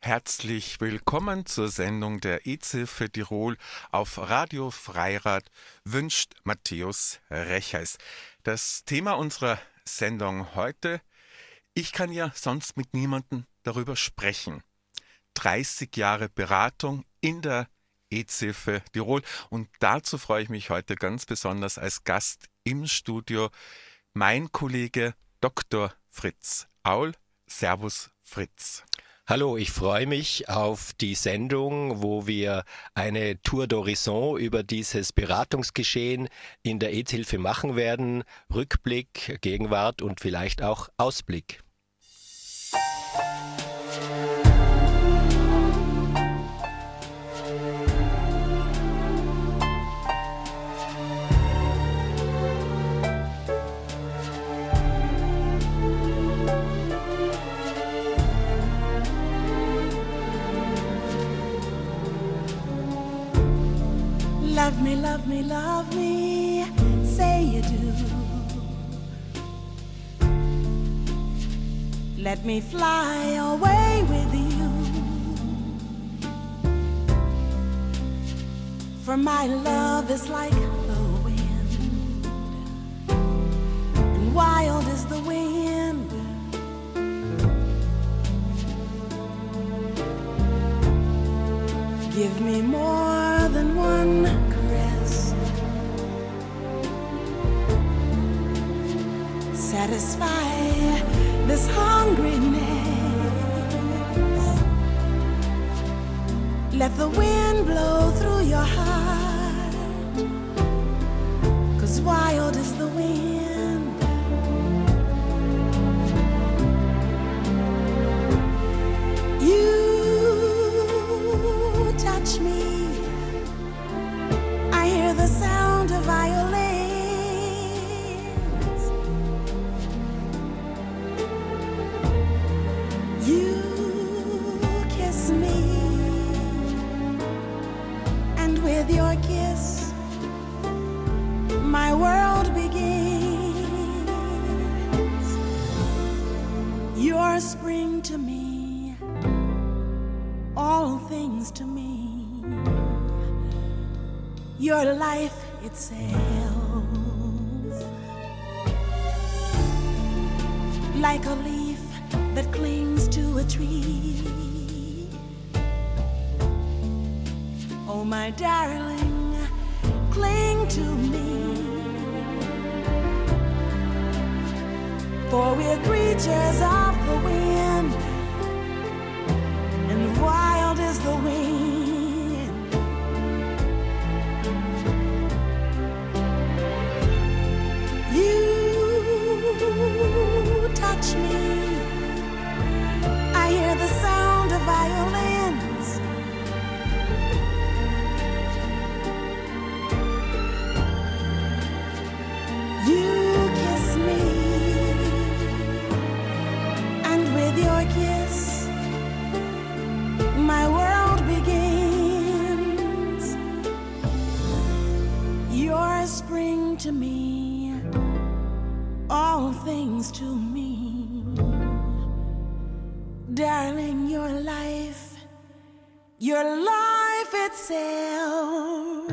Herzlich willkommen zur Sendung der EZ für Tirol auf Radio Freirad, wünscht Matthäus Recheis. Das Thema unserer Sendung heute: Ich kann ja sonst mit niemandem darüber sprechen. 30 Jahre Beratung in der EZ für Tirol, und dazu freue ich mich heute ganz besonders als Gast im Studio mein Kollege Dr. Fritz Aul. Servus Fritz. Hallo, ich freue mich auf die Sendung, wo wir eine Tour d'Horizon über dieses Beratungsgeschehen in der EZ-Hilfe machen werden. Rückblick, Gegenwart und vielleicht auch Ausblick. Love me, love me, say you do. Let me fly away with you, for my love is like the wind, and wild is the wind. Give me more than one caress, satisfy this hungriness. Let the wind blow through your heart, 'cause wild is the wind. You touch me, I hear the sound of violins. You kiss me, and with your kiss my world begins. You're spring to me, all things to me. Your life itself, like a leaf that clings to a tree. Oh, my darling, cling to me, for we're creatures of the wind, and wild is the wind. Touch me, I hear the sound of violins. You kiss me, and with your kiss my world begins. You're spring to me, all things to me. Darling, your life itself.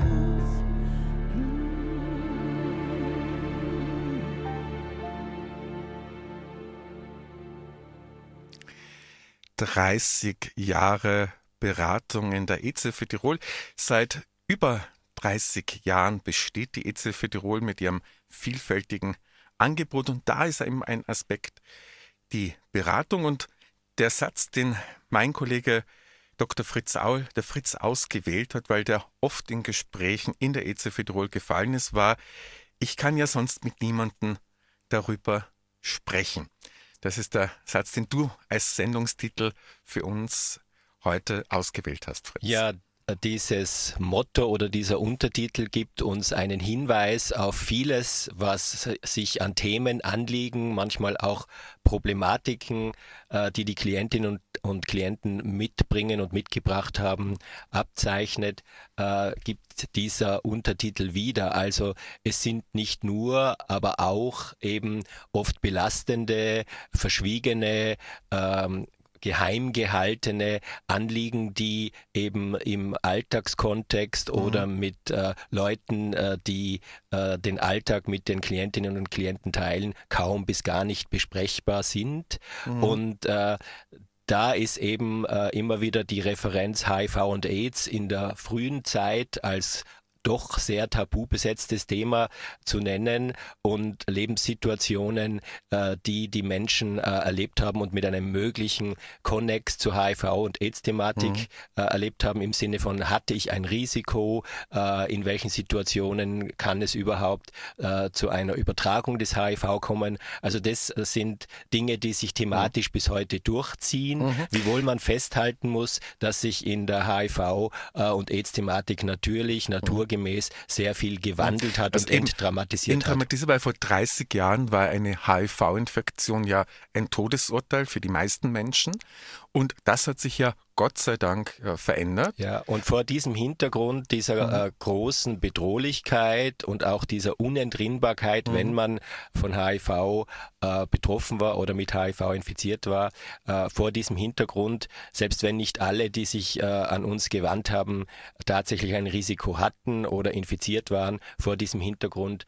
30 Jahre Beratung in der EZ für Tirol. Seit über 30 Jahren besteht die EZ für Tirol mit ihrem vielfältigen Angebot, und da ist eben ein Aspekt die Beratung. Und der Satz, den mein Kollege Dr. Fritz Aul, der Fritz ausgewählt hat, weil der oft in Gesprächen in der EZ für Tirol gefallen ist, war: Ich kann ja sonst mit niemandem darüber sprechen. Das ist der Satz, den du als Sendungstitel für uns heute ausgewählt hast, Fritz. Ja, dieses Motto oder dieser Untertitel gibt uns einen Hinweis auf vieles, was sich an Themen, Anliegen, manchmal auch Problematiken, die die Klientinnen und Klienten mitbringen und mitgebracht haben, abzeichnet, gibt dieser Untertitel wieder. Also es sind nicht nur, aber auch eben oft belastende, verschwiegene geheim gehaltene Anliegen, die eben im Alltagskontext oder mit Leuten, die den Alltag mit den Klientinnen und Klienten teilen, kaum bis gar nicht besprechbar sind. Und da ist eben immer wieder die Referenz HIV und AIDS in der frühen Zeit als doch sehr tabu besetztes Thema zu nennen und Lebenssituationen, die die Menschen erlebt haben und mit einem möglichen Konnex zur HIV- und AIDS-Thematik erlebt haben, im Sinne von, hatte ich ein Risiko, in welchen Situationen kann es überhaupt zu einer Übertragung des HIV kommen. Also das sind Dinge, die sich thematisch bis heute durchziehen, wiewohl man festhalten muss, dass sich in der HIV- und AIDS-Thematik natürlich naturgemäß sehr viel gewandelt hat und entdramatisiert hat. Weil vor 30 Jahren war eine HIV-Infektion ja ein Todesurteil für die meisten Menschen. Und das hat sich ja Gott sei Dank verändert. Ja, und vor diesem Hintergrund dieser großen Bedrohlichkeit und auch dieser Unentrinnbarkeit, wenn man von HIV betroffen war oder mit HIV infiziert war, vor diesem Hintergrund, selbst wenn nicht alle, die sich an uns gewandt haben, tatsächlich ein Risiko hatten oder infiziert waren, vor diesem Hintergrund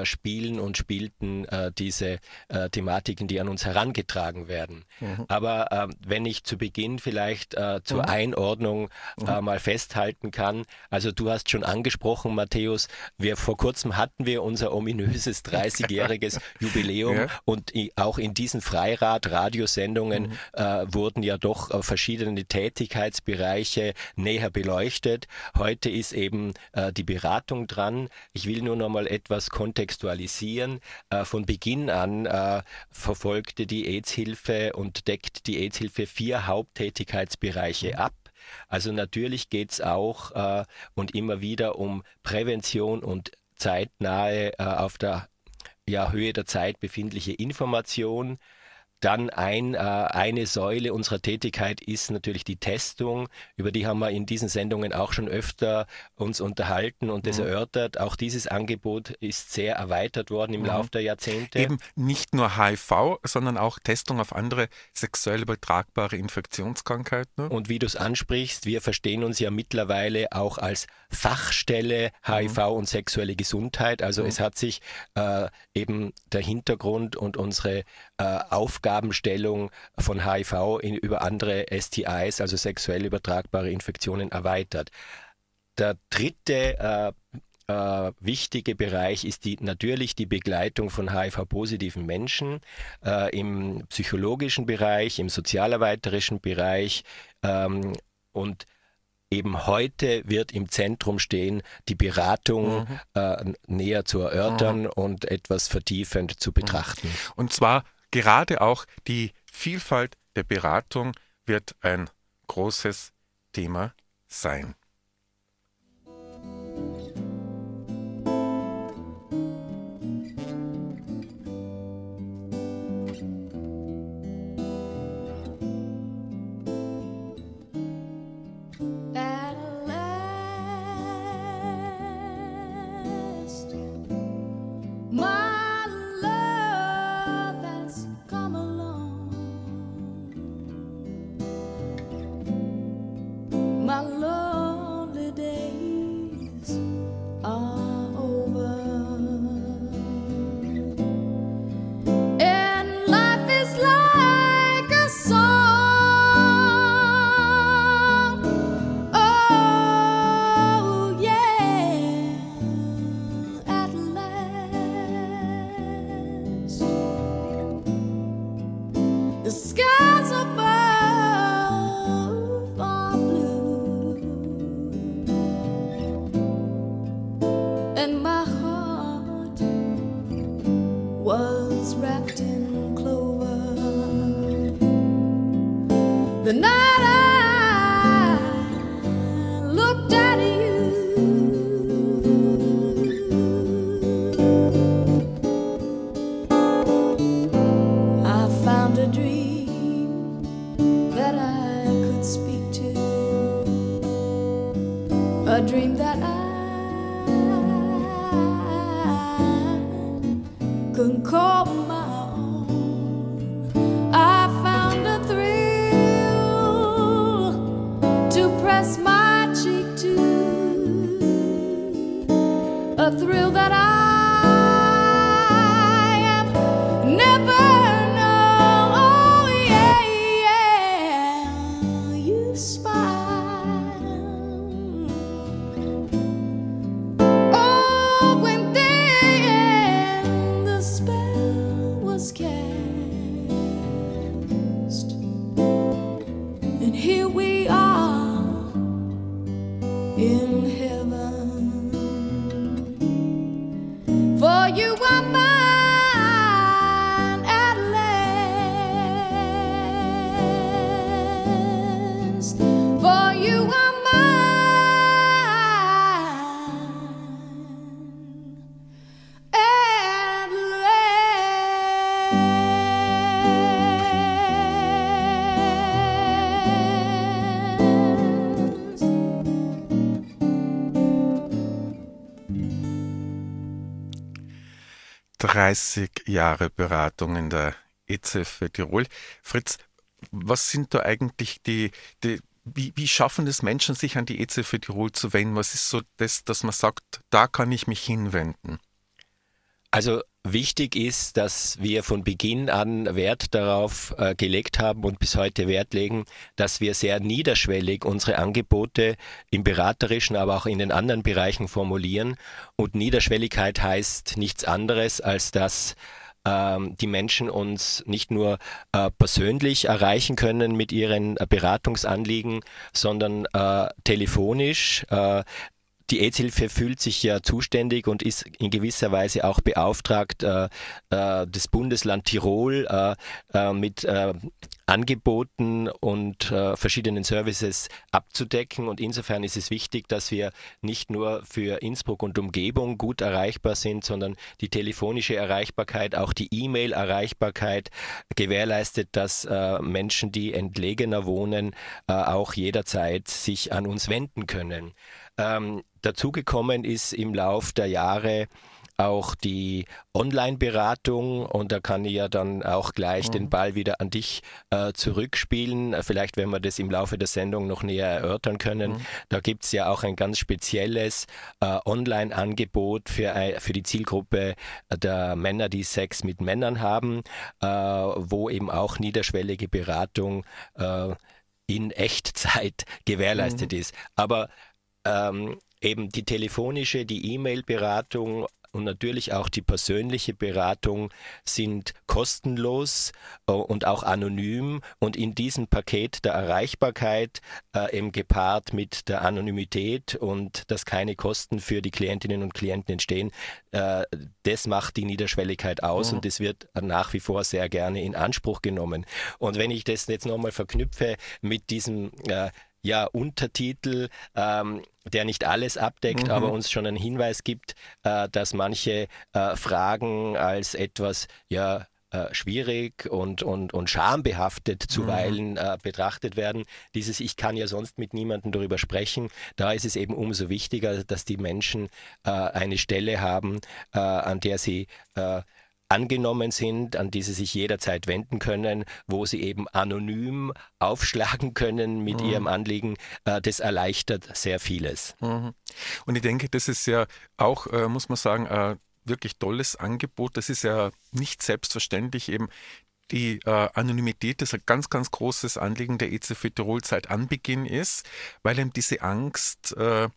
spielten diese Thematiken, die an uns herangetragen werden. Aber wenn ich zu Beginn vielleicht zur Einordnung mal festhalten kann. Also du hast schon angesprochen, Matthäus, vor kurzem hatten wir unser ominöses 30-jähriges Jubiläum und auch in diesen Freirad-Radiosendungen wurden ja doch verschiedene Tätigkeitsbereiche näher beleuchtet. Heute ist eben die Beratung dran. Ich will nur noch mal etwas kontextualisieren. Von Beginn an verfolgte die AIDS-Hilfe und deckt die AIDS-Hilfe 4 Haupttätigkeitsbereiche ab. Also natürlich geht es auch und immer wieder um Prävention und zeitnahe auf der Höhe der Zeit befindliche Information. Dann eine Säule unserer Tätigkeit ist natürlich die Testung. Über die haben wir in diesen Sendungen auch schon öfter uns unterhalten und das erörtert. Auch dieses Angebot ist sehr erweitert worden im Laufe der Jahrzehnte. Eben nicht nur HIV, sondern auch Testung auf andere sexuell übertragbare Infektionskrankheiten. Und wie du es ansprichst, wir verstehen uns ja mittlerweile auch als Fachstelle HIV und sexuelle Gesundheit. Also es hat sich eben der Hintergrund und unsere Aufgabenstellung von HIV über andere STIs, also sexuell übertragbare Infektionen, erweitert. Der dritte wichtige Bereich ist natürlich die Begleitung von HIV-positiven Menschen im psychologischen Bereich, im sozialarbeiterischen Bereich und eben heute wird im Zentrum stehen, die Beratung näher zu erörtern und etwas vertiefend zu betrachten. Und zwar gerade auch die Vielfalt der Beratung wird ein großes Thema sein. Couldn't call my own. I found a thrill thrill that I have never known. Oh yeah, yeah, you smile. Oh, when then the spell was cast, and here we are in heaven. For you are mine at last. For you are mine at last. 30 Jahre Beratung in der EZF Tirol. Fritz, was sind da eigentlich wie schaffen es Menschen, sich an die EZF Tirol zu wenden? Was ist so das, dass man sagt, da kann ich mich hinwenden? Also wichtig ist, dass wir von Beginn an Wert darauf gelegt haben und bis heute Wert legen, dass wir sehr niederschwellig unsere Angebote im beraterischen, aber auch in den anderen Bereichen formulieren. Und Niederschwelligkeit heißt nichts anderes, als dass die Menschen uns nicht nur persönlich erreichen können mit ihren Beratungsanliegen, sondern telefonisch. Die EZ-Hilfe fühlt sich ja zuständig und ist in gewisser Weise auch beauftragt, das Bundesland Tirol mit Angeboten und verschiedenen Services abzudecken. Und insofern ist es wichtig, dass wir nicht nur für Innsbruck und Umgebung gut erreichbar sind, sondern die telefonische Erreichbarkeit, auch die E-Mail-Erreichbarkeit gewährleistet, dass Menschen, die entlegener wohnen, auch jederzeit sich an uns wenden können. Dazugekommen ist im Lauf der Jahre auch die Online-Beratung, und da kann ich ja dann auch gleich den Ball wieder an dich zurückspielen. Vielleicht werden wir das im Laufe der Sendung noch näher erörtern können. Da gibt es ja auch ein ganz spezielles Online-Angebot für die Zielgruppe der Männer, die Sex mit Männern haben, wo eben auch niederschwellige Beratung in Echtzeit gewährleistet ist. Aber eben die telefonische, die E-Mail-Beratung und natürlich auch die persönliche Beratung sind kostenlos und auch anonym, und in diesem Paket der Erreichbarkeit eben gepaart mit der Anonymität und dass keine Kosten für die Klientinnen und Klienten entstehen, das macht die Niederschwelligkeit aus, und das wird nach wie vor sehr gerne in Anspruch genommen. Und wenn ich das jetzt nochmal verknüpfe mit diesem Untertitel, der nicht alles abdeckt, aber uns schon einen Hinweis gibt, dass manche Fragen als etwas schwierig und schambehaftet zuweilen betrachtet werden. Dieses "Ich kann ja sonst mit niemandem darüber sprechen", da ist es eben umso wichtiger, dass die Menschen eine Stelle haben, an der sie angenommen sind, an die sie sich jederzeit wenden können, wo sie eben anonym aufschlagen können mit ihrem Anliegen. Das erleichtert sehr vieles. Und ich denke, das ist ja auch, muss man sagen, ein wirklich tolles Angebot. Das ist ja nicht selbstverständlich eben. Die Anonymität ist ein ganz, ganz großes Anliegen der EZF Tirol seit Anbeginn ist, weil eben diese Angst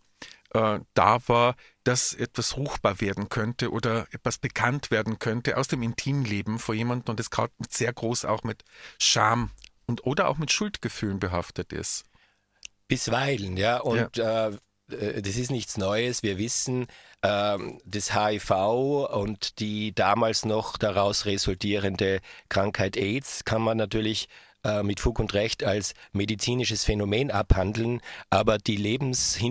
da war, dass etwas ruchbar werden könnte oder etwas bekannt werden könnte aus dem Intimleben von jemandem, und das gerade sehr groß auch mit Scham oder auch mit Schuldgefühlen behaftet ist. Bisweilen, ja. Und das ist nichts Neues. Wir wissen, das HIV und die damals noch daraus resultierende Krankheit AIDS kann man natürlich mit Fug und Recht als medizinisches Phänomen abhandeln, aber die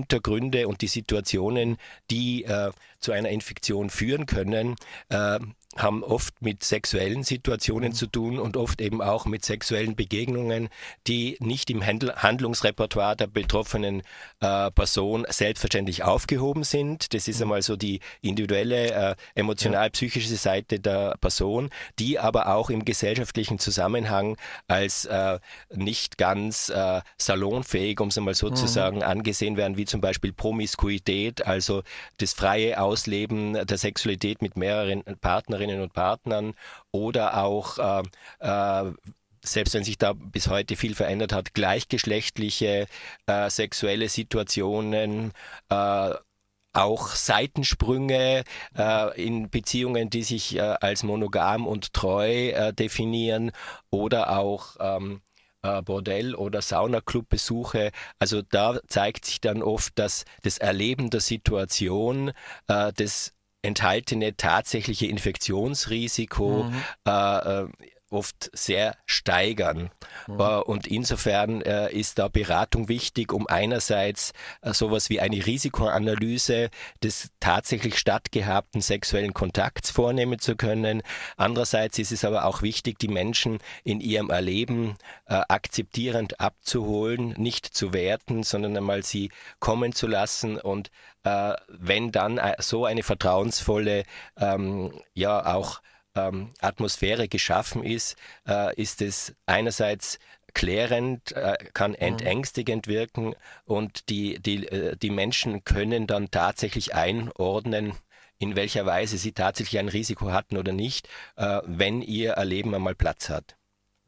Lebenshintergründe und die Situationen, die zu einer Infektion führen können, haben oft mit sexuellen Situationen zu tun und oft eben auch mit sexuellen Begegnungen, die nicht im Handlungsrepertoire der betroffenen Person selbstverständlich aufgehoben sind. Das ist einmal so die individuelle, emotional-psychische Seite der Person, die aber auch im gesellschaftlichen Zusammenhang als nicht ganz salonfähig, um es einmal so zu sagen, angesehen werden, wie zum Beispiel Promiskuität, also das freie Ausleben der Sexualität mit mehreren Partnerinnen und Partnern oder auch selbst wenn sich da bis heute viel verändert hat, gleichgeschlechtliche sexuelle Situationen, auch Seitensprünge in Beziehungen, die sich als monogam und treu definieren oder auch Bordell- oder Saunaclub-Besuche. Also da zeigt sich dann oft, dass das Erleben der Situation, das enthaltene tatsächliche Infektionsrisiko oft sehr steigern. Und insofern ist da Beratung wichtig, um einerseits sowas wie eine Risikoanalyse des tatsächlich stattgehabten sexuellen Kontakts vornehmen zu können. Andererseits ist es aber auch wichtig, die Menschen in ihrem Erleben akzeptierend abzuholen, nicht zu werten, sondern einmal sie kommen zu lassen und wenn dann so eine vertrauensvolle, auch Atmosphäre geschaffen ist, ist es einerseits klärend, kann entängstigend wirken und die Menschen können dann tatsächlich einordnen, in welcher Weise sie tatsächlich ein Risiko hatten oder nicht, wenn ihr Erleben einmal Platz hat.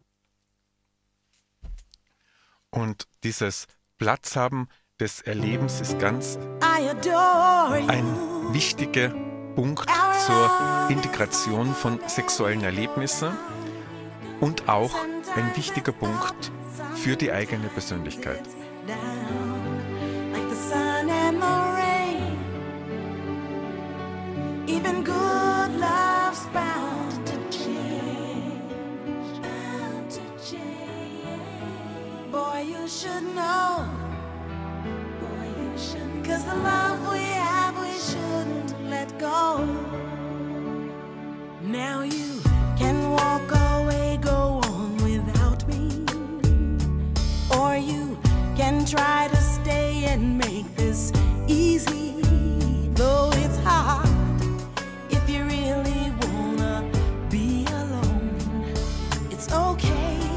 Und dieses Platz haben des Erlebens ist ganz ein wichtiger Punkt zur Integration von sexuellen Erlebnissen und auch ein wichtiger Punkt für die eigene Persönlichkeit. Because the love we have, we shouldn't let go. Now you can walk away, go on without me. Or you can try to stay and make this easy. Though it's hard, if you really wanna be alone, it's okay.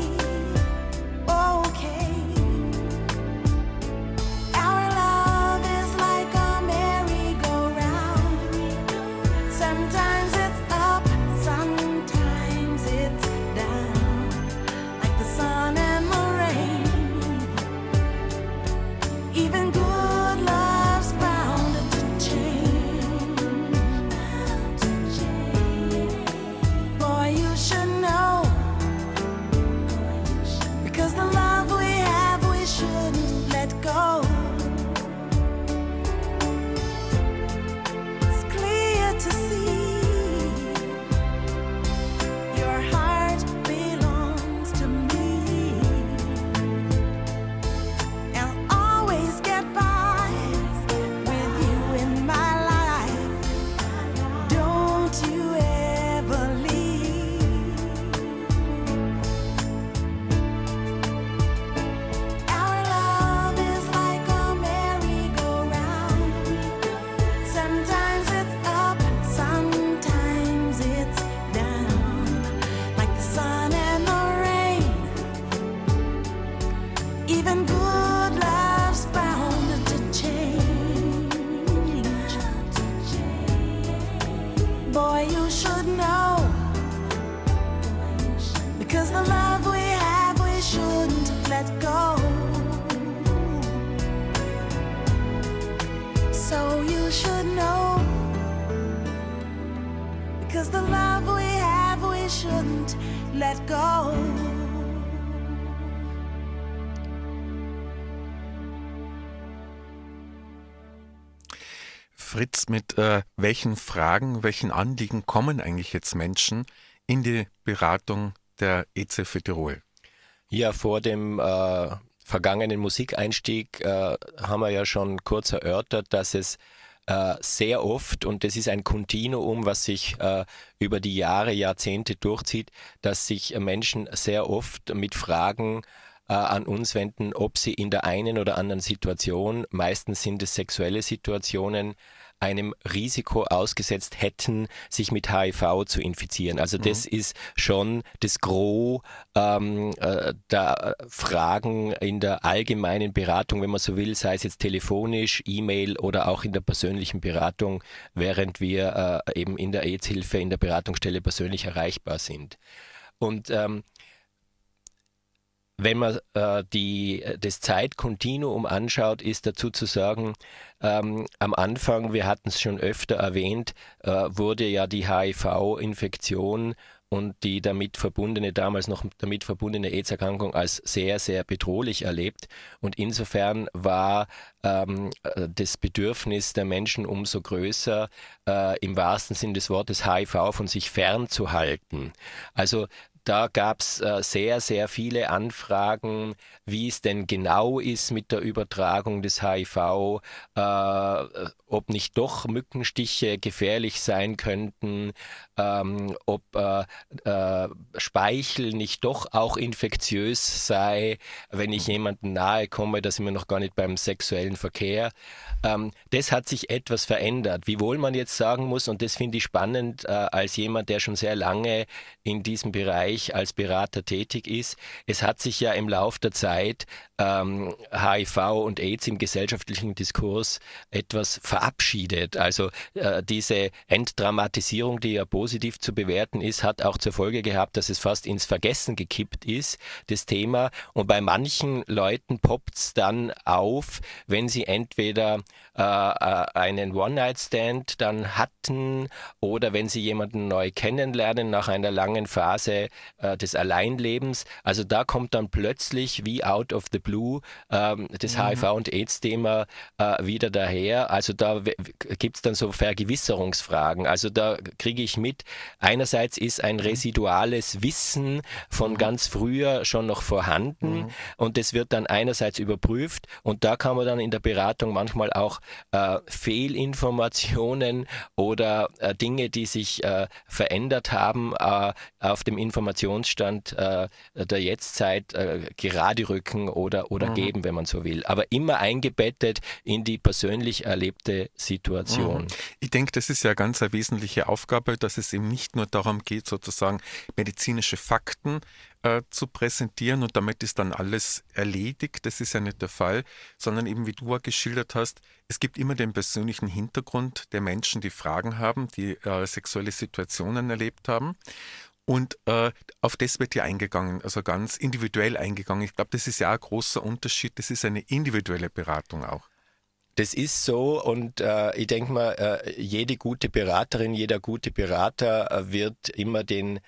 Fritz, mit welchen Fragen, welchen Anliegen kommen eigentlich jetzt Menschen in die Beratung der EZ für Tirol? Ja, vor dem vergangenen Musikeinstieg haben wir ja schon kurz erörtert, dass es sehr oft, und das ist ein Kontinuum, was sich über die Jahre, Jahrzehnte durchzieht, dass sich Menschen sehr oft mit Fragen an uns wenden, ob sie in der einen oder anderen Situation, meistens sind es sexuelle Situationen, einem Risiko ausgesetzt hätten, sich mit HIV zu infizieren. Also das ist schon das Gros der Fragen in der allgemeinen Beratung, wenn man so will, sei es jetzt telefonisch, E-Mail oder auch in der persönlichen Beratung, während wir eben in der AIDS-Hilfe, in der Beratungsstelle persönlich erreichbar sind. Und wenn man das Zeitkontinuum anschaut, ist dazu zu sagen, am Anfang, wir hatten es schon öfter erwähnt, wurde ja die HIV-Infektion und die damals noch damit verbundene AIDS-Erkrankung als sehr, sehr bedrohlich erlebt. Und insofern war das Bedürfnis der Menschen umso größer, im wahrsten Sinn des Wortes HIV von sich fernzuhalten. Also da gab es sehr, sehr viele Anfragen, wie es denn genau ist mit der Übertragung des HIV, ob nicht doch Mückenstiche gefährlich sein könnten, ob Speichel nicht doch auch infektiös sei, wenn ich jemandem nahe komme, da sind wir noch gar nicht beim sexuellen Verkehr. Das hat sich etwas verändert, wiewohl man jetzt sagen muss, und das finde ich spannend, als jemand, der schon sehr lange in diesem Bereich als Berater tätig ist, es hat sich ja im Lauf der Zeit HIV und AIDS im gesellschaftlichen Diskurs etwas verabschiedet. Also diese Entdramatisierung, die ja positiv zu bewerten ist, hat auch zur Folge gehabt, dass es fast ins Vergessen gekippt ist, das Thema. Und bei manchen Leuten poppt es dann auf, wenn sie entweder einen One-Night-Stand dann hatten oder wenn sie jemanden neu kennenlernen nach einer langen Phase des Alleinlebens. Also da kommt dann plötzlich wie out of the blue das HIV- und AIDS-Thema wieder daher. Also da gibt es dann so Vergewisserungsfragen. Also da kriege ich mit, einerseits ist ein residuales Wissen von ganz früher schon noch vorhanden und das wird dann einerseits überprüft und da kann man dann in der Beratung manchmal auch Fehlinformationen oder Dinge, die sich verändert haben, auf dem Informationsstand der Jetztzeit gerade rücken oder geben, wenn man so will. Aber immer eingebettet in die persönlich erlebte Situation. Ich denke, das ist ja ganz eine wesentliche Aufgabe, dass es eben nicht nur darum geht, sozusagen medizinische Fakten zu präsentieren und damit ist dann alles erledigt. Das ist ja nicht der Fall, sondern eben, wie du auch geschildert hast, es gibt immer den persönlichen Hintergrund der Menschen, die Fragen haben, die sexuelle Situationen erlebt haben. Und auf das wird ja eingegangen, also ganz individuell eingegangen. Ich glaube, das ist ja auch ein großer Unterschied. Das ist eine individuelle Beratung auch. Das ist so und ich denke mal, jede gute Beraterin, jeder gute Berater wird immer den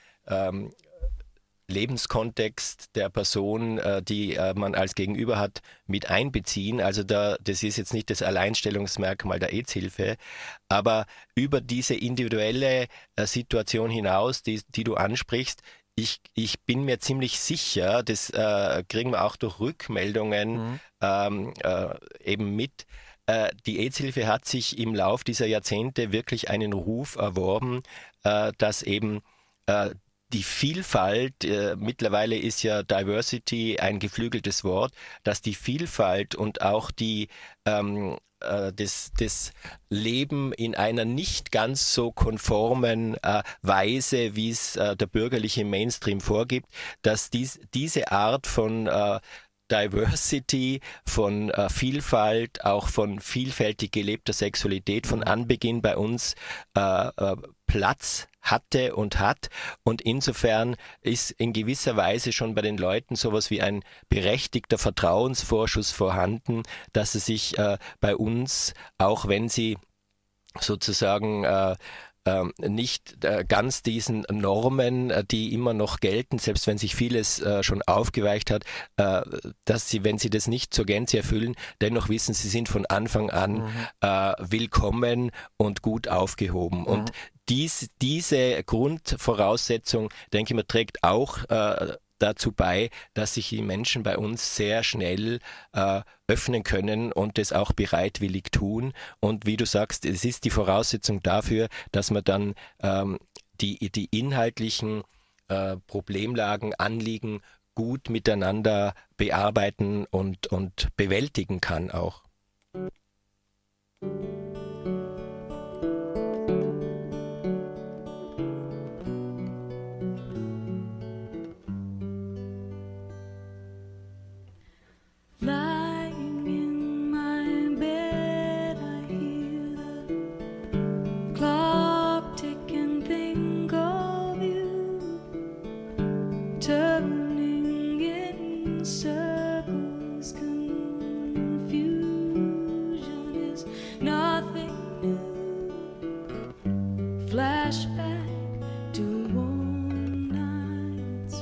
Lebenskontext der Person, die man als Gegenüber hat, mit einbeziehen. Also das ist jetzt nicht das Alleinstellungsmerkmal der AIDS-Hilfe, aber über diese individuelle Situation hinaus, die du ansprichst, ich bin mir ziemlich sicher, das kriegen wir auch durch Rückmeldungen eben mit. Die AIDS-Hilfe hat sich im Lauf dieser Jahrzehnte wirklich einen Ruf erworben, dass eben die Vielfalt, mittlerweile ist ja Diversity ein geflügeltes Wort, dass die Vielfalt und auch das Leben in einer nicht ganz so konformen Weise, wie es der bürgerliche Mainstream vorgibt, dass diese Art von Diversity, von Vielfalt, auch von vielfältig gelebter Sexualität von Anbeginn bei uns Platz hatte und hat. Und insofern ist in gewisser Weise schon bei den Leuten sowas wie ein berechtigter Vertrauensvorschuss vorhanden, dass sie sich bei uns, auch wenn sie sozusagen nicht ganz diesen Normen, die immer noch gelten, selbst wenn sich vieles schon aufgeweicht hat, dass sie, wenn sie das nicht zur Gänze erfüllen, dennoch wissen, sie sind von Anfang an willkommen und gut aufgehoben. Und diese Grundvoraussetzung, denke ich mir, trägt auch dazu bei, dass sich die Menschen bei uns sehr schnell öffnen können und das auch bereitwillig tun. Und wie du sagst, es ist die Voraussetzung dafür, dass man dann die inhaltlichen Problemlagen, Anliegen gut miteinander bearbeiten und bewältigen kann auch. Lying in my bed, I hear the clock tick and think of you, turning in circles. Confusion is nothing new. Flashback to warm nights,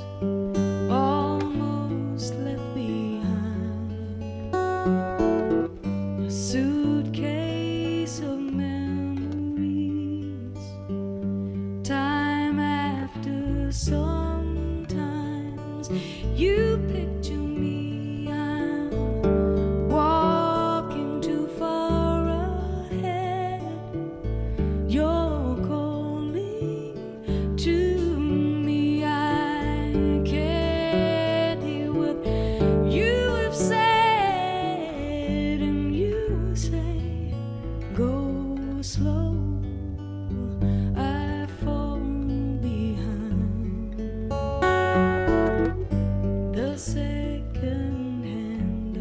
almost left behind. A suitcase of memories. Time after sometimes you picture me. I'm walking too far ahead. You're calling to me. I can't hear what you have said, and you say, go slow. I fall behind. The second hand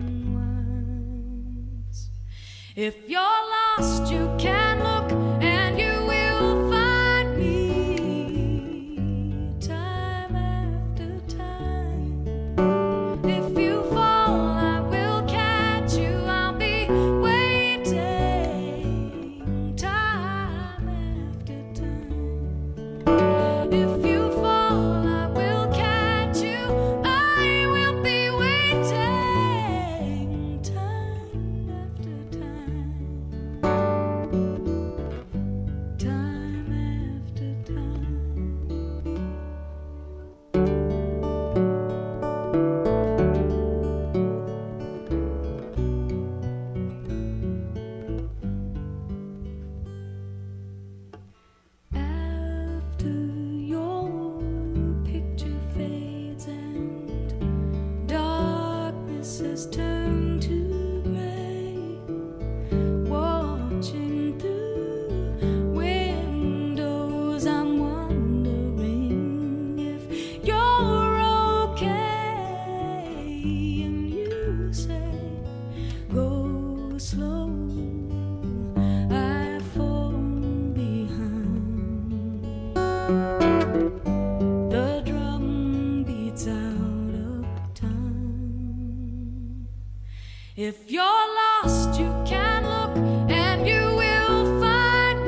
unwinds. If you're lost, you can look and you will find me time after time. If you fall, I will catch you. I'll be waiting time after time. If you fall, I will catch you. I will be waiting time after time. Time after time. After your picture fades and darkness has turned to gray, watching through windows, I'm wondering if you're okay. And you say, go slow. I fall behind. The drum beats out of time. If you're lost, you can look and you will find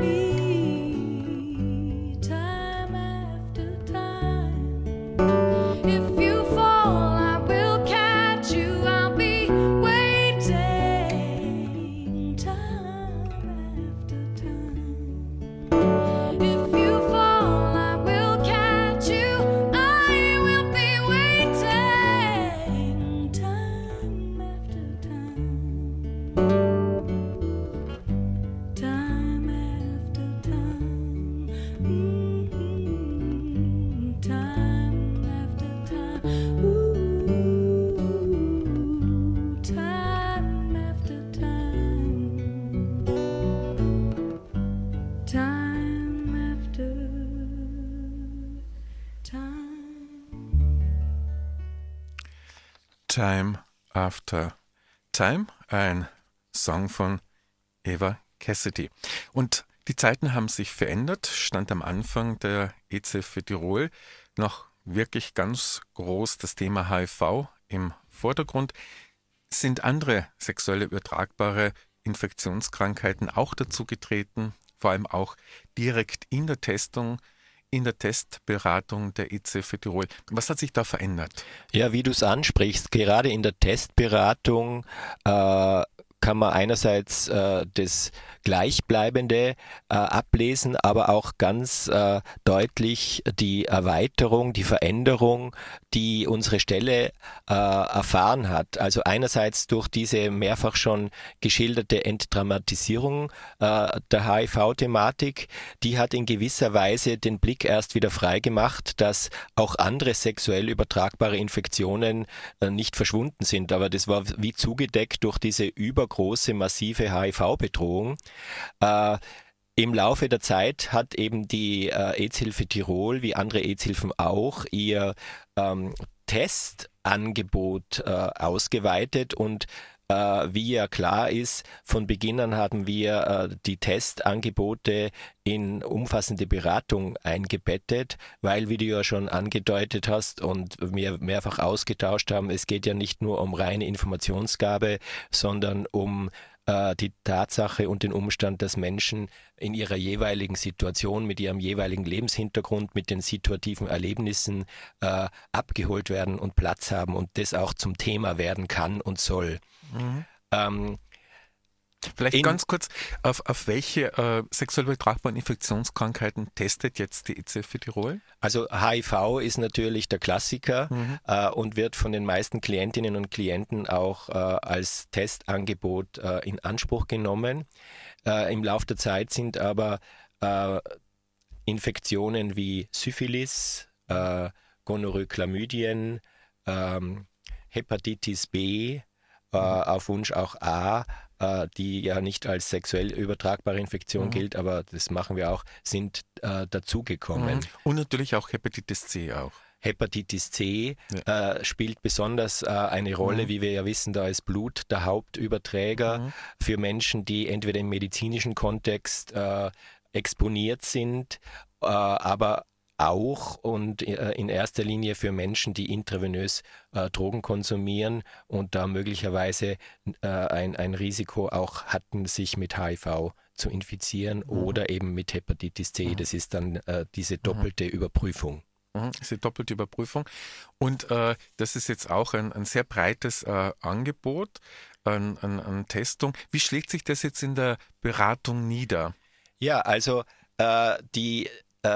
me time after time. If you fall, I will catch you. I'll be waiting time after time. If you fall, I will catch you. I will be waiting time after time. Time after time. Time after time. Ooh, time after time. Time after time. Time After Time, ein Song von Eva Cassidy. Und die Zeiten haben sich verändert, stand am Anfang der EZ für Tirol noch wirklich ganz groß das Thema HIV im Vordergrund. Sind andere sexuelle übertragbare Infektionskrankheiten auch dazugetreten, vor allem auch direkt in der Testung, in der Testberatung der EZ für Tirol. Was hat sich da verändert? Ja, wie du es ansprichst, gerade in der Testberatung kann man einerseits das Gleichbleibende ablesen, aber auch ganz deutlich die Erweiterung, die Veränderung, die unsere Stelle erfahren hat. Also einerseits durch diese mehrfach schon geschilderte Entdramatisierung der HIV-Thematik, die hat in gewisser Weise den Blick erst wieder frei gemacht, dass auch andere sexuell übertragbare Infektionen nicht verschwunden sind. Aber das war wie zugedeckt durch diese übergroße, massive HIV-Bedrohung. Im Laufe der Zeit hat eben die AIDS-Hilfe Tirol, wie andere AIDS-Hilfen auch, ihr Testangebot ausgeweitet und wie ja klar ist, von Beginn an haben wir die Testangebote in umfassende Beratung eingebettet, weil, wie du ja schon angedeutet hast und wir mehrfach ausgetauscht haben, es geht ja nicht nur um reine Informationsgabe, sondern um die Tatsache und den Umstand, dass Menschen in ihrer jeweiligen Situation, mit ihrem jeweiligen Lebenshintergrund, mit den situativen Erlebnissen abgeholt werden und Platz haben und das auch zum Thema werden kann und soll. Vielleicht ganz kurz, auf welche sexuell übertragbaren Infektionskrankheiten testet jetzt die EZF Tirol? Also HIV ist natürlich der Klassiker und wird von den meisten Klientinnen und Klienten auch als Testangebot in Anspruch genommen. Im Laufe der Zeit sind aber Infektionen wie Syphilis, Gonorrhoe, Chlamydien, Hepatitis B, auf Wunsch auch A, die ja nicht als sexuell übertragbare Infektion gilt, aber das machen wir auch, sind dazugekommen. Und natürlich auch Hepatitis C auch. Hepatitis C spielt besonders eine Rolle, wie wir ja wissen, da ist Blut der Hauptüberträger für Menschen, die entweder im medizinischen Kontext exponiert sind, aber auch und in erster Linie für Menschen, die intravenös Drogen konsumieren und da möglicherweise ein Risiko auch hatten, sich mit HIV zu infizieren oder eben mit Hepatitis C. Das ist dann diese doppelte Überprüfung. Das ist die doppelte Überprüfung. Und das ist jetzt auch ein sehr breites Angebot an Testung. Wie schlägt sich das jetzt in der Beratung nieder? Ja, also die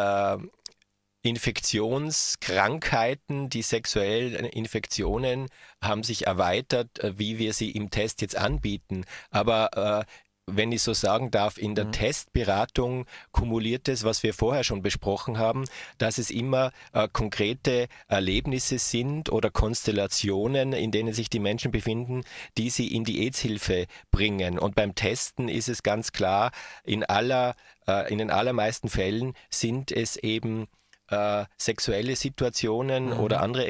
Infektionskrankheiten, die sexuellen Infektionen haben sich erweitert, wie wir sie im Test jetzt anbieten. Aber wenn ich so sagen darf, in der Testberatung kumuliert es, was wir vorher schon besprochen haben, dass es immer konkrete Erlebnisse sind oder Konstellationen, in denen sich die Menschen befinden, die sie in die AIDS-Hilfe bringen. Und beim Testen ist es ganz klar, in den allermeisten Fällen sind es eben sexuelle Situationen oder andere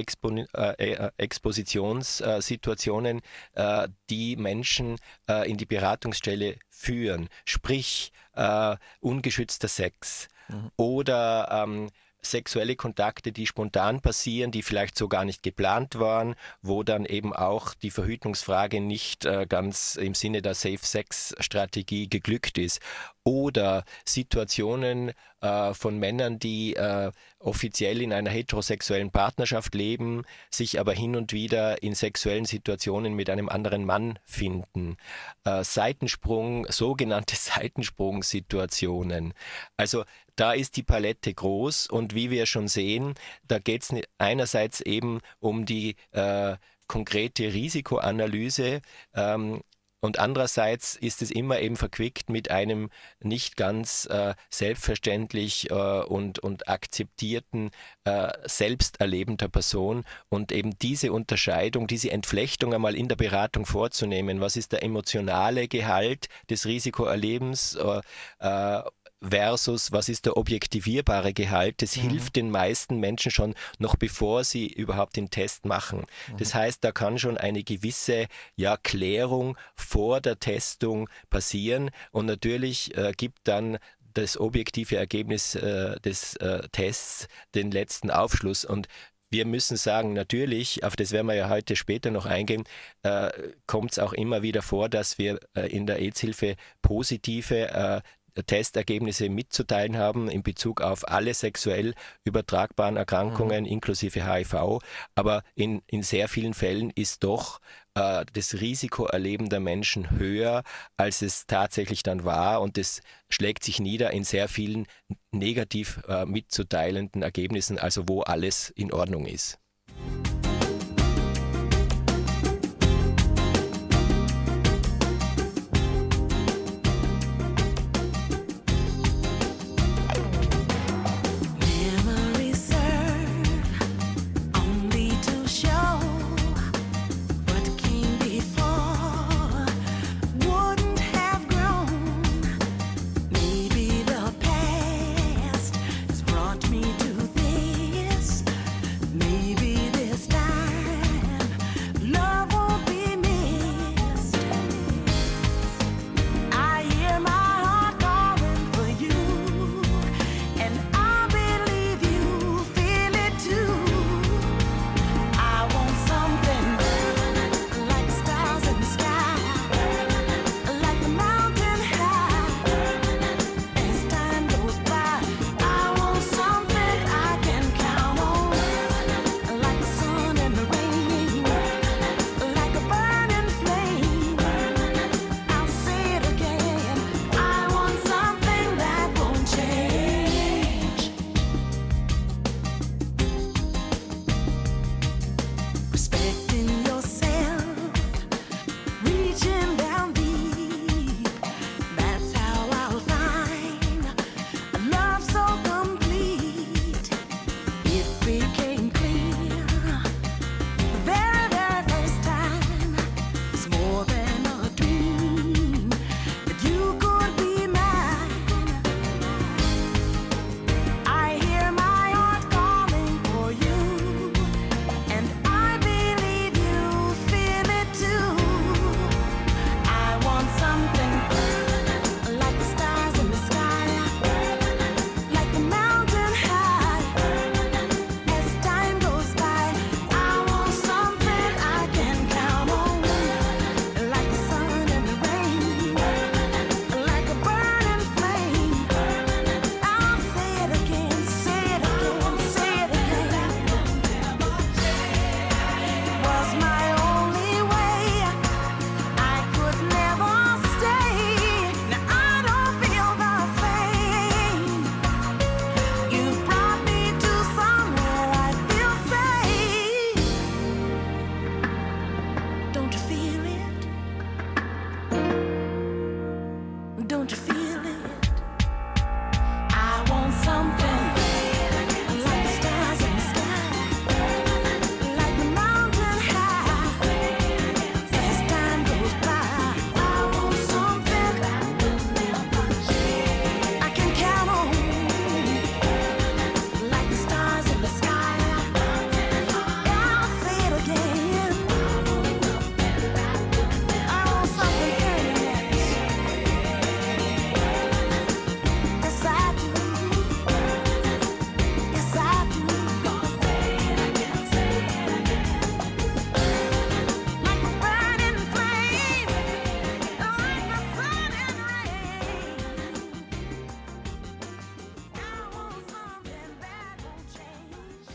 Expositionssituationen, die Menschen in die Beratungsstelle führen. Sprich, ungeschützter Sex oder sexuelle Kontakte, die spontan passieren, die vielleicht so gar nicht geplant waren, wo dann eben auch die Verhütungsfrage nicht ganz im Sinne der Safe-Sex-Strategie geglückt ist. Oder Situationen von Männern, die offiziell in einer heterosexuellen Partnerschaft leben, sich aber hin und wieder in sexuellen Situationen mit einem anderen Mann finden. Sogenannte Seitensprung-Situationen. Also da ist die Palette groß und wie wir schon sehen, da geht es einerseits eben um die konkrete Risikoanalyse, und andererseits ist es immer eben verquickt mit einem nicht ganz selbstverständlich und akzeptierten Selbsterleben der Person und eben diese Unterscheidung, diese Entflechtung einmal in der Beratung vorzunehmen. Was ist der emotionale Gehalt des Risikoerlebens versus was ist der objektivierbare Gehalt? Das hilft den meisten Menschen schon noch bevor sie überhaupt den Test machen. Das heißt, da kann schon eine gewisse Klärung vor der Testung passieren und natürlich gibt dann das objektive Ergebnis des Tests den letzten Aufschluss und wir müssen sagen, natürlich, auf das werden wir ja heute später noch eingehen, kommt es auch immer wieder vor, dass wir in der AIDS-Hilfe positive Testergebnisse mitzuteilen haben in Bezug auf alle sexuell übertragbaren Erkrankungen inklusive HIV. Aber in sehr vielen Fällen ist doch das Risikoerleben der Menschen höher, als es tatsächlich dann war. Und das schlägt sich nieder in sehr vielen negativ mitzuteilenden Ergebnissen, also wo alles in Ordnung ist. Memories serve only to show what came before wouldn't have grown. Maybe the past has brought me to this. Maybe this time love won't be missed. I hear my heart calling for you, and I believe you feel it too. I want something like stars in the sky, like the mountain high. As time goes by, I want something I can count on, like the sun and the rain, like a burning flame. I'll say it again, I want something that won't change. Respecting yourself, reaching down deep, that's how I'll find a love so complete. It became clear the very, very first time it's more than a dream that you could be mine. I hear my heart calling for you, and I believe you feel it too. I want something like the stars in the sky, like the mountain high. As time goes by, I want something I can count on, like the sun and the rain, like a burning flame. I'll say it again, say it again, say it again. It was my only way. I could never stay. Now I don't feel the same. You brought me to somewhere I feel safe. Don't you feel it? Don't you feel it? I want something like the stars in the sky, like the mountain high. As time goes by, I want something I can count on, like the stars in the sky. I'll say it again. I want something permanent. Yes, I do. Yes, I do. Like a burning flame, like the sun and rain. I want something that won't change.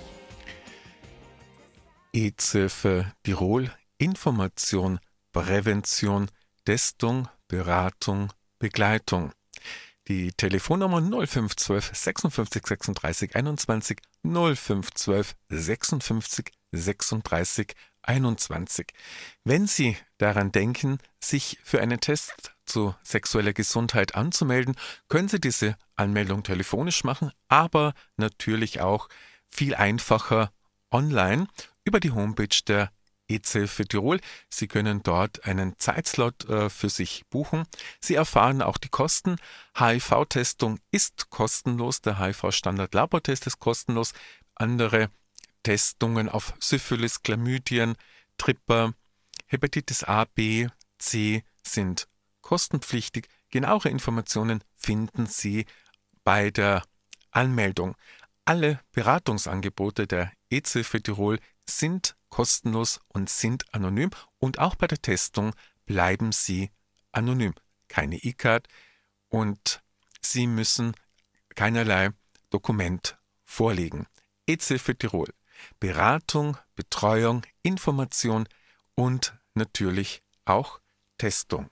EZF Tirol, Information, Prävention, Testung, Beratung, Begleitung. Die Telefonnummer 0512 56 36 21 0512 56 36 21. Wenn Sie daran denken, sich für einen Test zu sexueller Gesundheit anzumelden, können Sie diese Anmeldung telefonisch machen, aber natürlich auch viel einfacher online über die Homepage der EZF Tirol. Sie können dort einen Zeitslot für sich buchen. Sie erfahren auch die Kosten. HIV-Testung ist kostenlos. Der HIV-Standard-Labortest ist kostenlos. Andere Testungen auf Syphilis, Chlamydien, Tripper, Hepatitis A, B, C sind kostenpflichtig. Genauere Informationen finden Sie bei der Anmeldung. Alle Beratungsangebote der EZF Tirol sind kostenlos und sind anonym, und auch bei der Testung bleiben sie anonym. Keine E-Card, und Sie müssen keinerlei Dokument vorlegen. EZ für Tirol. Beratung, Betreuung, Information und natürlich auch Testung.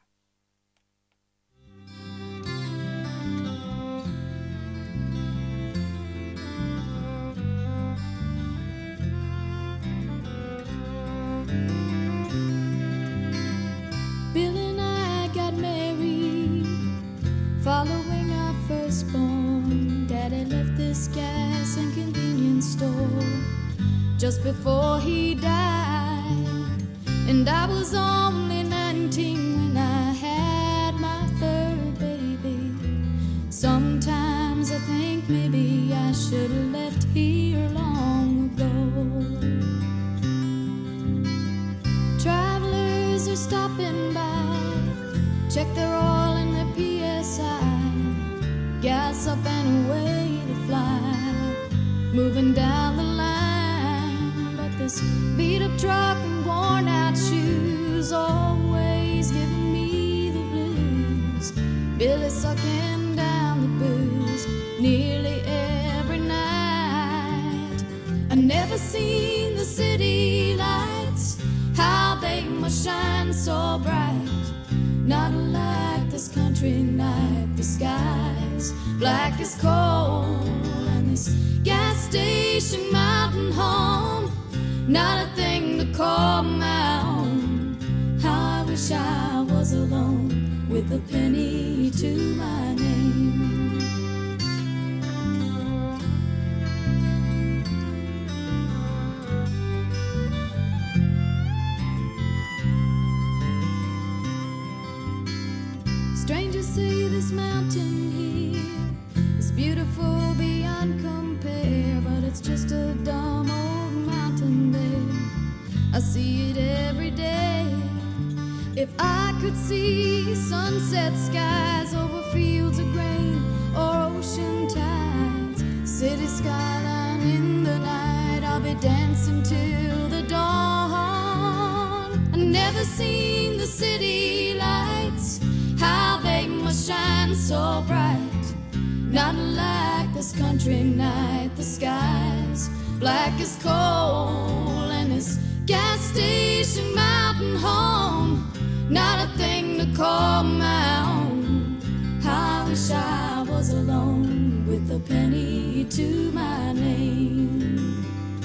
Bill and I got married following our firstborn. Daddy left this gas and convenience store just before he died, and I was only 19 when I had my third baby. Sometimes I think maybe I should have left here long ago. Travelers are stopping by, check their oil and their PSI, gas up and away to fly, moving down the line. But this beat up truck and worn out shoes always giving me the blues. Billy sucking down the booze nearly every night. I never seen the city lights, how they must shine so bright. Not like this country night, the sky's black as coal, and this gas station mountain home, not a thing to call my own. How I wish I was alone with a penny to my name. Strangers say this mountain here is beautiful beyond compare, but it's just a dumb old mountain there. I see it every day. If I could see sunset skies over fields of grain or ocean tides, city skyline in the night, I'll be dancing till the dawn. I never seen the city lights, how they must shine so bright. Not like this country night, the sky's black as coal, and this gas station mountain home, not a thing to call my own. How I wish I was alone with a penny to my name.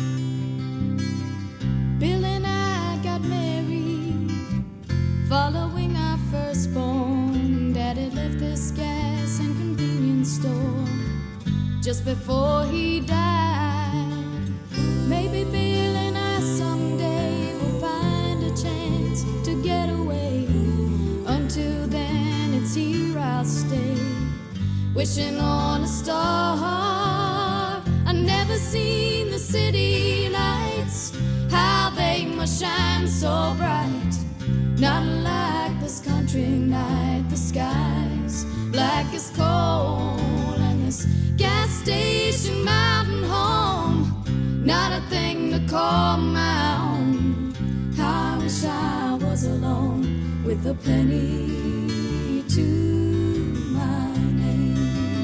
Bill and I got married following our firstborn. Daddy left this gas and convenience store just before he died. Maybe Bill and I someday will find a chance to get away. Until then, it's here I'll stay, wishing on a star. I never seen the city lights, how they must shine so bright. Not like this country night, the sky's black as coal, and this gas station mountain home, not a thing to call my own. How I wish I was alone with a penny to my name.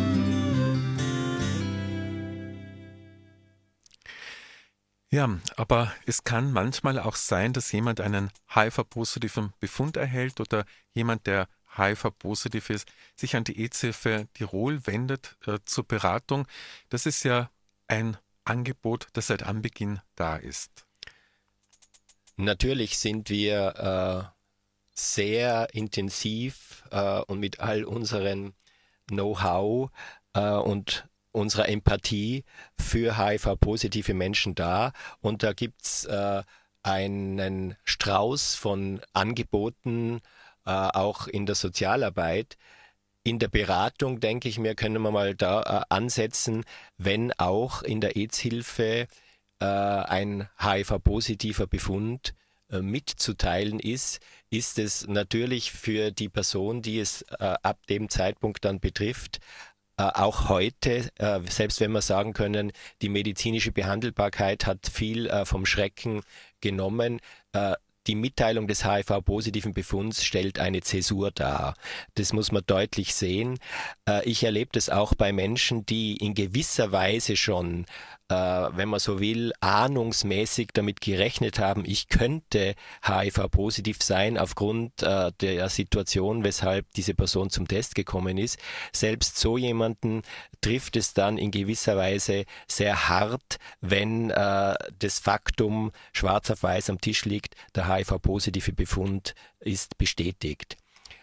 Ja, aber es kann manchmal auch sein, dass jemand einen HIV-positiven Befund erhält oder jemand, der HIV-positiv ist, sich an die EZ für Tirol wendet zur Beratung. Das ist ja ein Angebot, das seit Anbeginn da ist. Natürlich sind wir sehr intensiv und mit all unserem Know-how und unserer Empathie für HIV-positive Menschen da. Und da gibt es einen Strauß von Angeboten, auch in der Sozialarbeit. In der Beratung, denke ich mir, können wir mal da ansetzen, wenn auch in der AIDS-Hilfe ein HIV-positiver Befund mitzuteilen ist, ist es natürlich für die Person, die es ab dem Zeitpunkt dann betrifft, auch heute, selbst wenn wir sagen können, die medizinische Behandelbarkeit hat viel vom Schrecken genommen, die Mitteilung des HIV-positiven Befunds stellt eine Zäsur dar. Das muss man deutlich sehen. Ich erlebe das auch bei Menschen, die in gewisser Weise schon, wenn man so will, ahnungsmäßig damit gerechnet haben, ich könnte HIV-positiv sein aufgrund der Situation, weshalb diese Person zum Test gekommen ist. Selbst so jemanden trifft es dann in gewisser Weise sehr hart, wenn das Faktum schwarz auf weiß am Tisch liegt, der HIV-positive Befund ist bestätigt.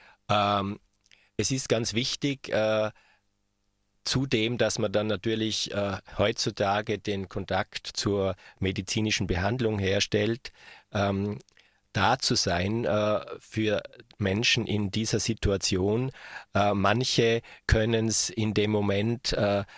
Es ist ganz wichtig, zudem, dass man dann natürlich heutzutage den Kontakt zur medizinischen Behandlung herstellt, da zu sein für Menschen in dieser Situation. Manche können es in dem Moment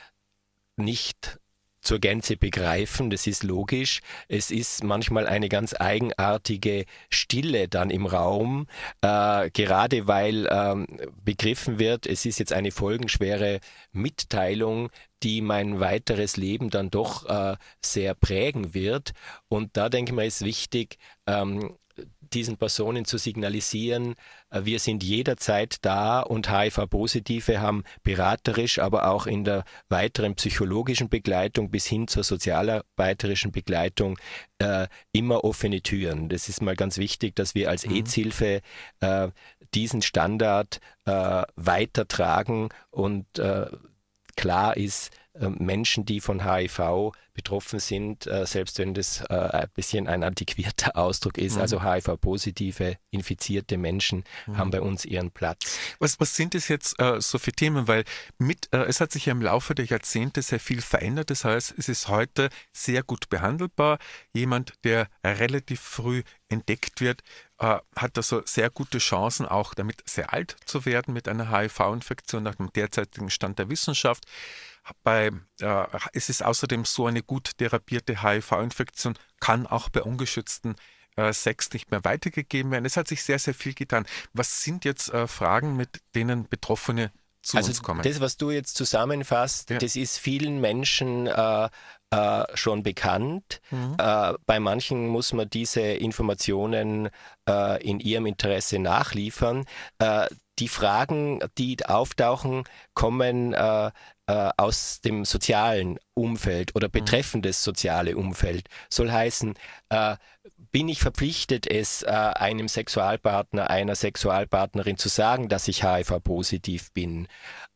nicht zur Gänze begreifen, das ist logisch. Es ist manchmal eine ganz eigenartige Stille dann im Raum, gerade weil begriffen wird, es ist jetzt eine folgenschwere Mitteilung, die mein weiteres Leben dann doch sehr prägen wird. Und da denke ich mal, ist wichtig, diesen Personen zu signalisieren, wir sind jederzeit da und HIV-Positive haben beraterisch, aber auch in der weiteren psychologischen Begleitung bis hin zur sozialarbeiterischen Begleitung immer offene Türen. Das ist mal ganz wichtig, dass wir als AIDS-Hilfe diesen Standard weitertragen und klar ist, Menschen, die von HIV betroffen sind, selbst wenn das ein bisschen ein antiquierter Ausdruck ist, also HIV-positive, infizierte Menschen haben bei uns ihren Platz. Was sind es jetzt so für Themen? Weil es hat sich ja im Laufe der Jahrzehnte sehr viel verändert. Das heißt, es ist heute sehr gut behandelbar. Jemand, der relativ früh entdeckt wird, hat also sehr gute Chancen, auch damit sehr alt zu werden mit einer HIV-Infektion nach dem derzeitigen Stand der Wissenschaft. Es ist außerdem so, eine gut therapierte HIV-Infektion kann auch bei ungeschützten Sex nicht mehr weitergegeben werden. Es hat sich sehr, sehr viel getan. Was sind jetzt Fragen, mit denen Betroffene zu uns kommen? Das, was du jetzt zusammenfasst, das ist vielen Menschen schon bekannt. Bei manchen muss man diese Informationen in ihrem Interesse nachliefern. Die Fragen, die auftauchen, kommen aus dem sozialen Umfeld oder betreffen das soziale Umfeld. Soll heißen, bin ich verpflichtet, es einem Sexualpartner, einer Sexualpartnerin zu sagen, dass ich HIV-positiv bin?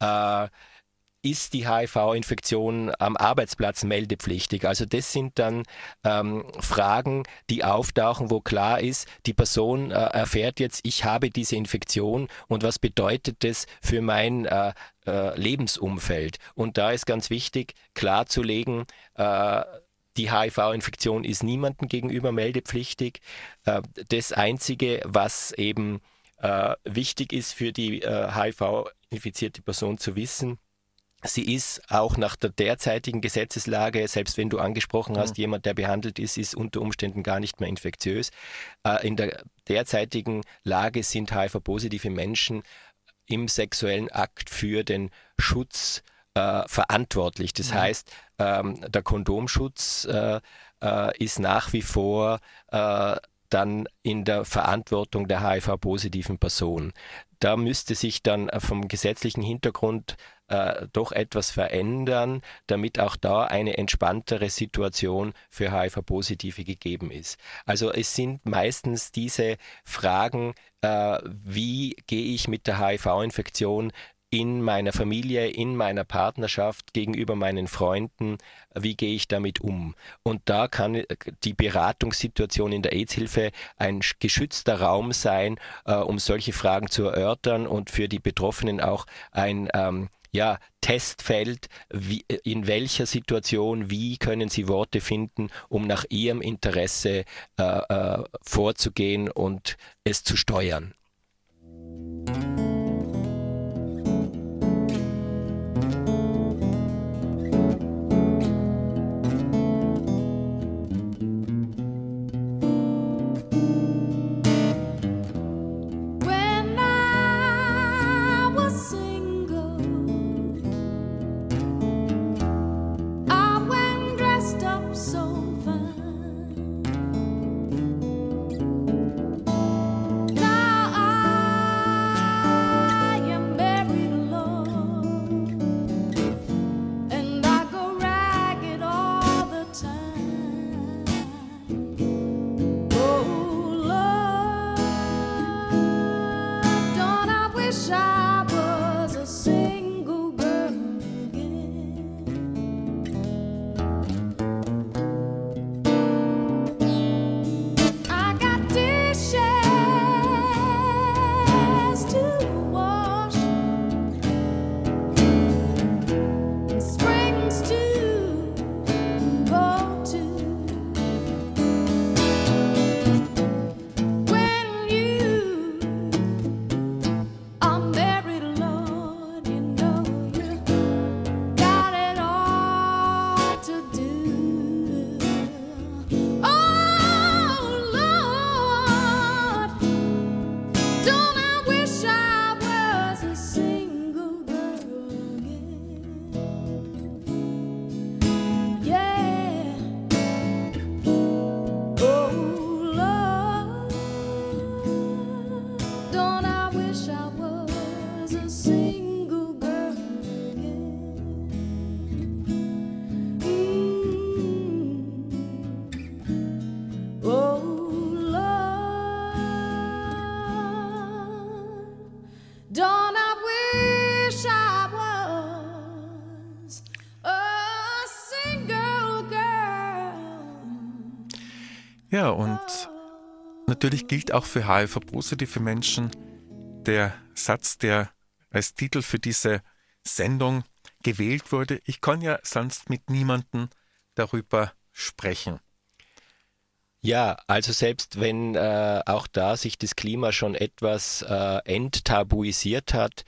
Ist die HIV-Infektion am Arbeitsplatz meldepflichtig? Also das sind dann Fragen, die auftauchen, wo klar ist, die Person erfährt jetzt, ich habe diese Infektion und was bedeutet das für mein Lebensumfeld? Und da ist ganz wichtig, klarzulegen, die HIV-Infektion ist niemandem gegenüber meldepflichtig. Das Einzige, was eben wichtig ist für die HIV-infizierte Person zu wissen, sie ist auch nach der derzeitigen Gesetzeslage, selbst wenn du angesprochen hast, jemand, der behandelt ist, ist unter Umständen gar nicht mehr infektiös. In der derzeitigen Lage sind HIV-positive Menschen im sexuellen Akt für den Schutz verantwortlich. Das heißt, der Kondomschutz ist nach wie vor dann in der Verantwortung der HIV-positiven Person. Da müsste sich dann vom gesetzlichen Hintergrund doch etwas verändern, damit auch da eine entspanntere Situation für HIV-Positive gegeben ist. Also es sind meistens diese Fragen, wie gehe ich mit der HIV-Infektion in meiner Familie, in meiner Partnerschaft, gegenüber meinen Freunden, wie gehe ich damit um? Und da kann die Beratungssituation in der AIDS-Hilfe ein geschützter Raum sein, um solche Fragen zu erörtern und für die Betroffenen auch ein Testfeld, in welcher Situation, wie können sie Worte finden, um nach ihrem Interesse vorzugehen und es zu steuern. When I was single, I went dressed up so fine. Ja, und natürlich gilt auch für HIV-positive Menschen der Satz, der als Titel für diese Sendung gewählt wurde: Ich kann ja sonst mit niemandem darüber sprechen. Ja, also selbst wenn auch da sich das Klima schon etwas enttabuisiert hat,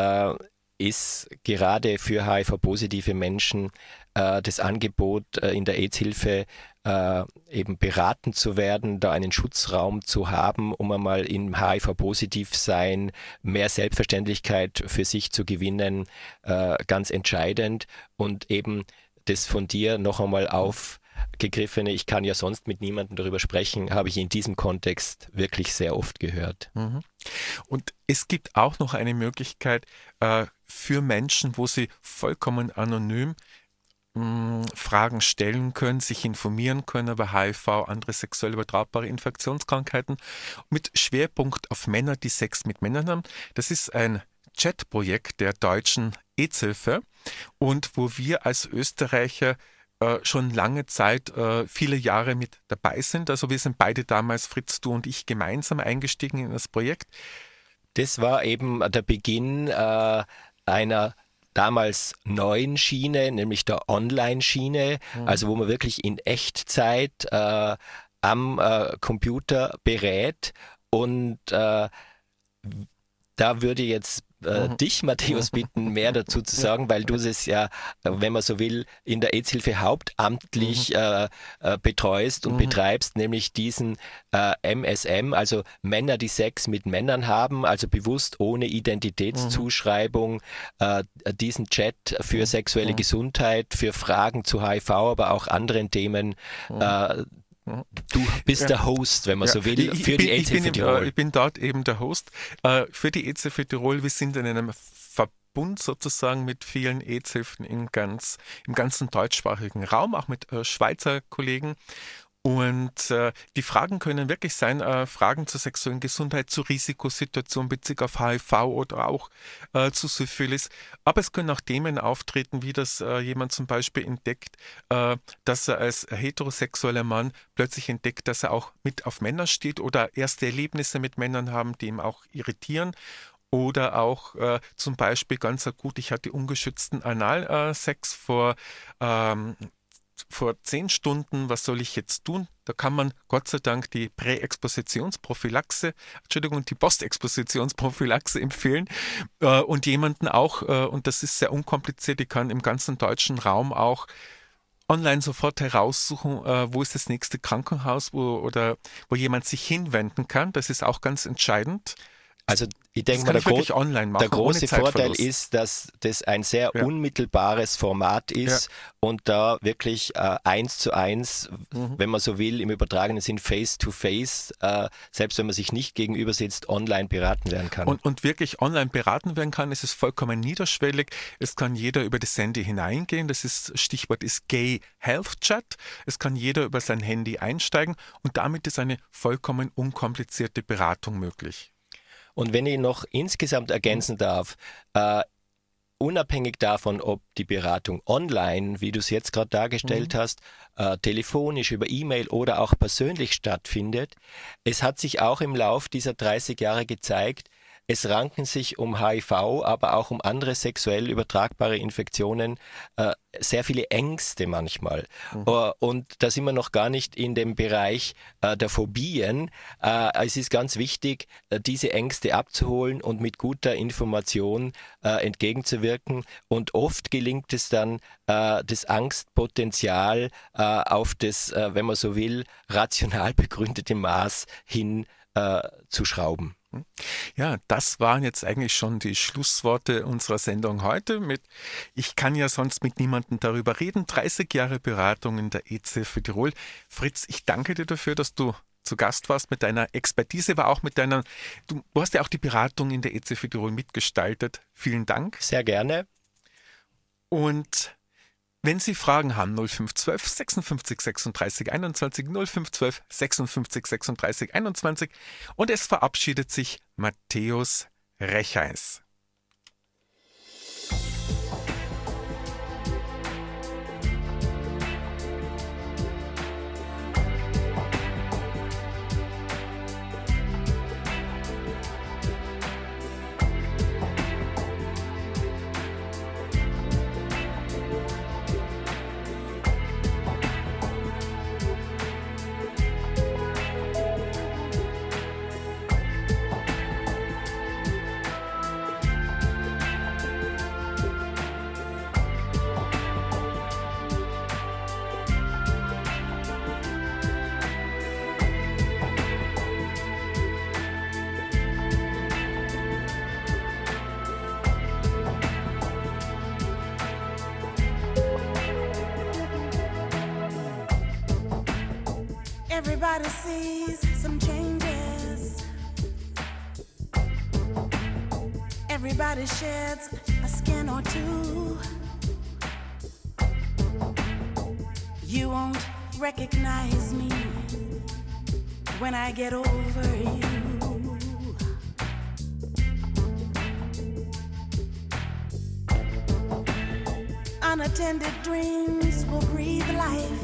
ist gerade für HIV-positive Menschen das Angebot in der AIDS-Hilfe eben beraten zu werden, da einen Schutzraum zu haben, um einmal im HIV-Positiv-Sein mehr Selbstverständlichkeit für sich zu gewinnen, ganz entscheidend. Und eben das von dir noch einmal aufgegriffene, ich kann ja sonst mit niemandem darüber sprechen, habe ich in diesem Kontext wirklich sehr oft gehört. Und es gibt auch noch eine Möglichkeit für Menschen, wo sie vollkommen anonym Fragen stellen können, sich informieren können über HIV, andere sexuell übertragbare Infektionskrankheiten, mit Schwerpunkt auf Männer, die Sex mit Männern haben. Das ist ein Chatprojekt der deutschen AIDS-Hilfe und wo wir als Österreicher schon lange Zeit, viele Jahre mit dabei sind. Also wir sind beide damals, Fritz, du und ich, gemeinsam eingestiegen in das Projekt. Das war eben der Beginn einer damals neuen Schiene, nämlich der Online-Schiene, also wo man wirklich in Echtzeit am Computer berät. Und da würde jetzt dich, Matthäus, bitten, mehr dazu zu sagen, weil du es ja, wenn man so will, in der AIDS-Hilfe hauptamtlich betreust und betreibst, nämlich diesen MSM, also Männer, die Sex mit Männern haben, also bewusst ohne Identitätszuschreibung, diesen Chat für sexuelle Gesundheit, für Fragen zu HIV, aber auch anderen Themen. Du bist der Host, wenn man so will, für die AIDS-Hilfe Tirol. Ich bin dort eben der Host für die AIDS-Hilfe Tirol. Wir sind in einem Verbund sozusagen mit vielen AIDS-Hilfen im ganzen deutschsprachigen Raum, auch mit Schweizer Kollegen. Und die Fragen können wirklich sein, Fragen zur sexuellen Gesundheit, zur Risikosituation bezogen auf HIV oder auch zu Syphilis. Aber es können auch Themen auftreten, wie dass jemand zum Beispiel entdeckt, dass er als heterosexueller Mann plötzlich entdeckt, dass er auch mit auf Männer steht oder erste Erlebnisse mit Männern haben, die ihm auch irritieren. Oder auch zum Beispiel ganz akut, ich hatte ungeschützten Analsex vor 10 Stunden, was soll ich jetzt tun? Da kann man Gott sei Dank die die Postexpositionsprophylaxe empfehlen und jemanden auch, und das ist sehr unkompliziert, ich kann im ganzen deutschen Raum auch online sofort heraussuchen, wo ist das nächste Krankenhaus, wo jemand sich hinwenden kann. Das ist auch ganz entscheidend. Also ich denke mal, der große Vorteil ist, dass das ein sehr unmittelbares Format ist und da wirklich 1:1, wenn man so will, im übertragenen Sinn face-to-face, selbst wenn man sich nicht gegenüber sitzt, online beraten werden kann. Und wirklich online beraten werden kann, es ist vollkommen niederschwellig. Es kann jeder über das Handy hineingehen. Stichwort ist Gay Health Chat. Es kann jeder über sein Handy einsteigen und damit ist eine vollkommen unkomplizierte Beratung möglich. Und wenn ich noch insgesamt ergänzen darf, unabhängig davon, ob die Beratung online, wie du es jetzt gerade dargestellt hast, telefonisch, über E-Mail oder auch persönlich stattfindet, es hat sich auch im Lauf dieser 30 Jahre gezeigt, es ranken sich um HIV, aber auch um andere sexuell übertragbare Infektionen sehr viele Ängste manchmal. Und da sind wir noch gar nicht in dem Bereich der Phobien. Es ist ganz wichtig, diese Ängste abzuholen und mit guter Information entgegenzuwirken. Und oft gelingt es dann, das Angstpotenzial auf das, wenn man so will, rational begründete Maß hin zu schrauben. Ja, das waren jetzt eigentlich schon die Schlussworte unserer Sendung heute mit Ich kann ja sonst mit niemandem darüber reden. 30 Jahre Beratung in der AIDS-Hilfe Tirol. Fritz, ich danke dir dafür, dass du zu Gast warst mit deiner Expertise, aber auch mit du hast ja auch die Beratung in der AIDS-Hilfe Tirol mitgestaltet. Vielen Dank. Sehr gerne. Und wenn Sie Fragen haben, 0512 56 36 21, 0512 56 36 21 und es verabschiedet sich Matthäus Recheis. Everybody sees some changes. Everybody sheds a skin or two. You won't recognize me when I get over you. Unattended dreams will breathe life.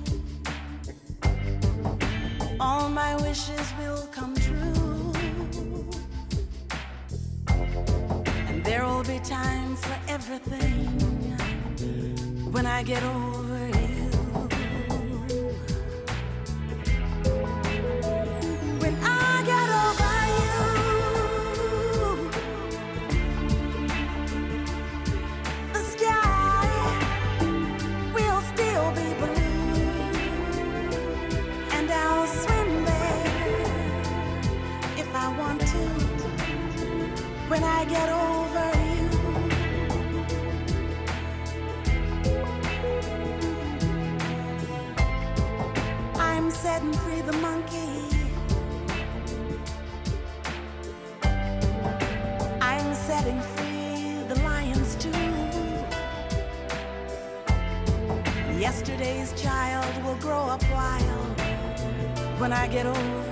All my wishes will come true. And there will be time for everything when I get over you. When I get over you, the sky will still be blue, and I'll swim there if I want to. When I get over you, I'm setting free the monkey. I'm setting free the lions too. Yesterday's child will grow up wild when I get over